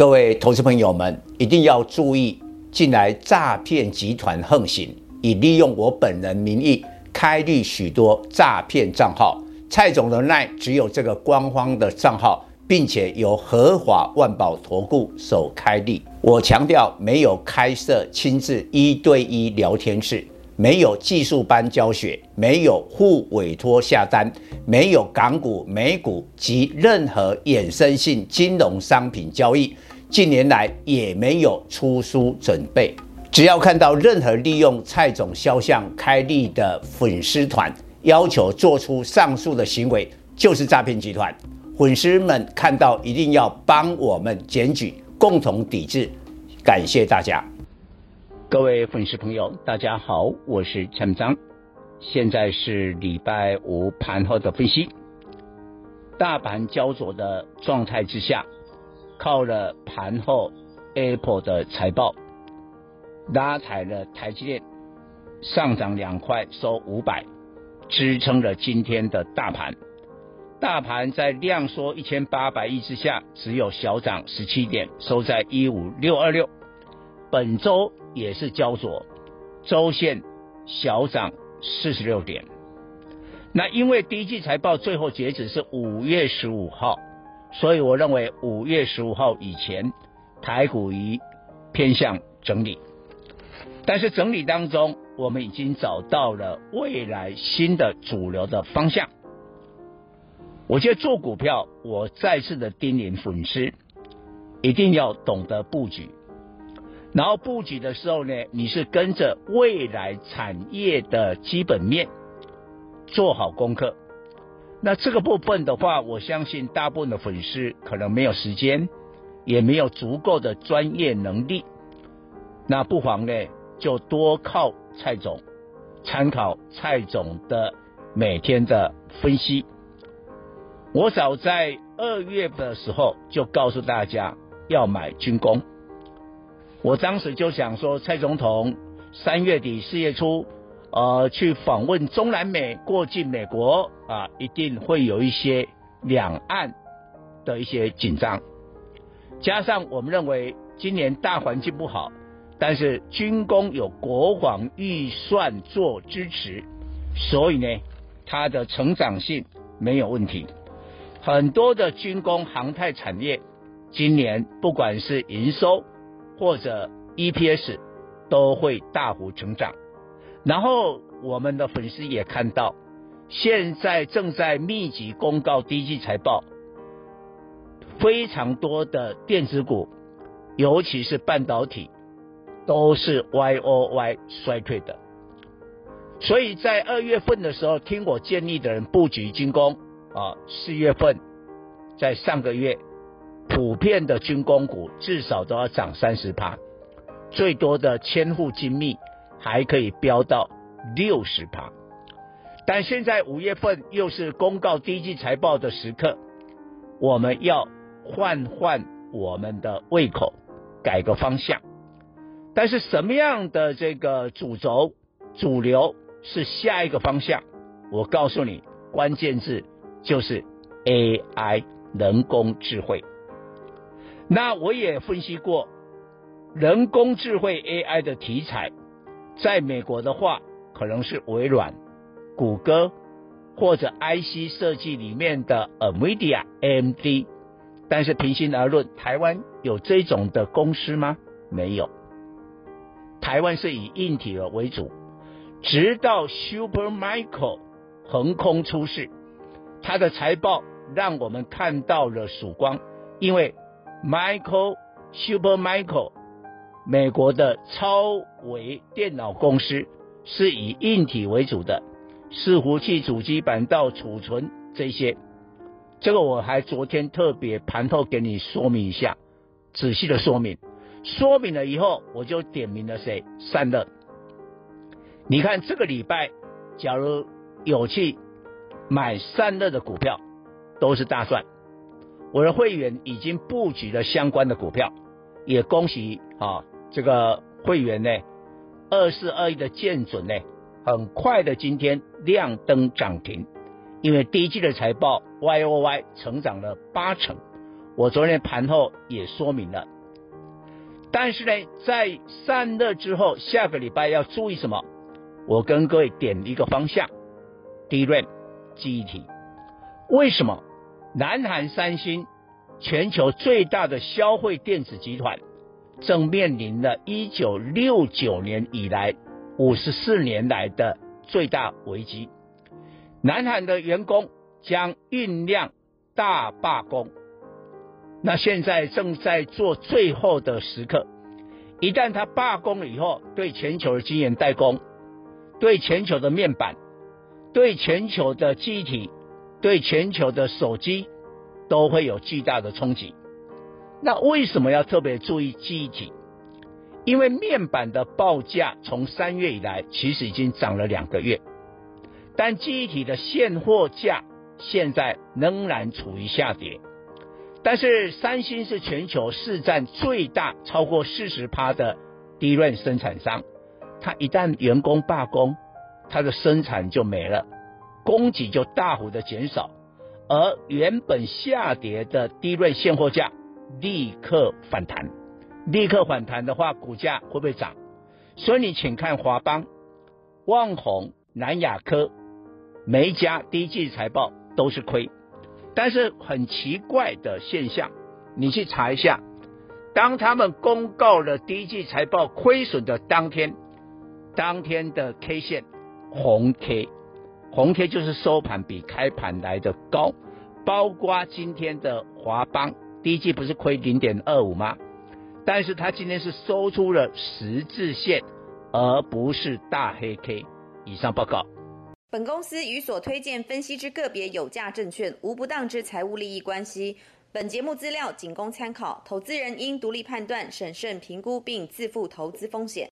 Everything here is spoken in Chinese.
各位投资朋友们一定要注意，近来诈骗集团横行，以利用我本人名义开立许多诈骗账号。蔡总的赖只有这个官方的账号，并且由合法万宝投顾所开立。我强调，没有开设亲自1对1聊天室，没有技术班教学，没有互委托下单，没有港股、美股及任何衍生性金融商品交易。近年来也没有出书准备，只要看到任何利用蔡总肖像开立的粉丝团，要求做出上述的行为，就是诈骗集团。粉丝们看到一定要帮我们检举，共同抵制。感谢大家。 各位粉丝朋友，大家好，我是陈章，现在是礼拜五盘后的分析。大盘焦灼的状态之下，靠了盘后 Apple 的财报，拉抬了台积电上涨2块收500，支撑了今天的大盘。大盘在量缩1800亿之下，只有小涨17点，收在15626。本周也是焦灼，周线小涨46点。那因为第一季财报最后截止是5月15号，所以我认为5月15号以前，台股已偏向整理。但是整理当中，我们已经找到了未来新的主流的方向。我觉得做股票，我再次的叮咛粉丝，一定要懂得布局。然后布局的时候呢，你是跟着未来产业的基本面做好功课。那这个部分的话，我相信大部分的粉丝可能没有时间，也没有足够的专业能力，那不妨呢就多靠蔡总，参考蔡总的每天的分析。我早在2月的时候就告诉大家要买军工，我当时就想说，蔡总统3月底4月初去访问中南美，过境美国一定会有一些两岸的一些紧张，加上我们认为今年大环境不好，但是军工有国防预算做支持，所以呢它的成长性没有问题。很多的军工航太产业今年不管是营收或者 EPS 都会大幅成长。然后我们的粉丝也看到，现在正在密集公告第一季财报，非常多的电子股，尤其是半导体，都是 YOY 衰退的。所以在2月份的时候，听我建议的人布局军工4月份在上个月，普遍的军工股至少都要涨30%，最多的千户精密还可以飙到60%。但现在5月份又是公告第一季财报的时刻，我们要换我们的胃口，改个方向。但是什么样的这个主轴主流是下一个方向，我告诉你，关键字就是 AI 人工智慧。那我也分析过人工智慧 AI 的题材，在美国的话可能是微软、谷歌或者 IC 设计里面的 NVIDIA、AMD， 但是平心而论，台湾有这种的公司吗？没有。台湾是以硬体为主，直到 Supermicro 横空出世，它的财报让我们看到了曙光，因为 Supermicro 美国的超微电脑公司是以硬体为主的，伺服器、主机板到储存这些，这个我还昨天特别盘后给你说明一下，仔细的说明了以后，我就点名了谁？散热。你看这个礼拜假如有去买散热的股票，都是大赚。我的会员已经布局了相关的股票，也恭喜这个会员呢，2421的建准呢，很快的今天亮灯涨停，因为第一季的财报 YOY 成长了8成， 我昨天盘后也说明了。但是呢，在散热之后，下个礼拜要注意什么？我跟各位点一个方向 ，DRAM 记忆体。为什么？南韩三星全球最大的消费电子集团，正面临了1969年以来54年来的最大危机。南韩的员工将酝酿大罢工，那现在正在做最后的时刻。一旦他罢工了以后，对全球的晶圆代工，对全球的面板，对全球的记忆体，对全球的手机都会有巨大的冲击。那为什么要特别注意记忆体？因为面板的报价从3月以来其实已经涨了2个月，但记忆体的现货价现在仍然处于下跌。但是三星是全球市占最大超过 40% 的 DRAM 生产商，它一旦员工罢工，它的生产就没了，供给就大幅的减少，而原本下跌的 DRAM 现货价立刻反弹。立刻反弹的话，股价会不会涨？所以你请看华邦、旺宏、南亚科，每一家第一季财报都是亏。但是很奇怪的现象，你去查一下，当他们公告了第一季财报亏损的当天的 K 线红 K， 红 K 就是收盘比开盘来的高，包括今天的华邦第一季不是亏 0.25 吗？但是他今天是收出了十字线，而不是大黑 K。以上报告。 本公司与所推荐分析之个别有价证券无不当之财务利益关系。本节目资料仅供参考，投资人应独立判断、审慎评估并自负投资风险。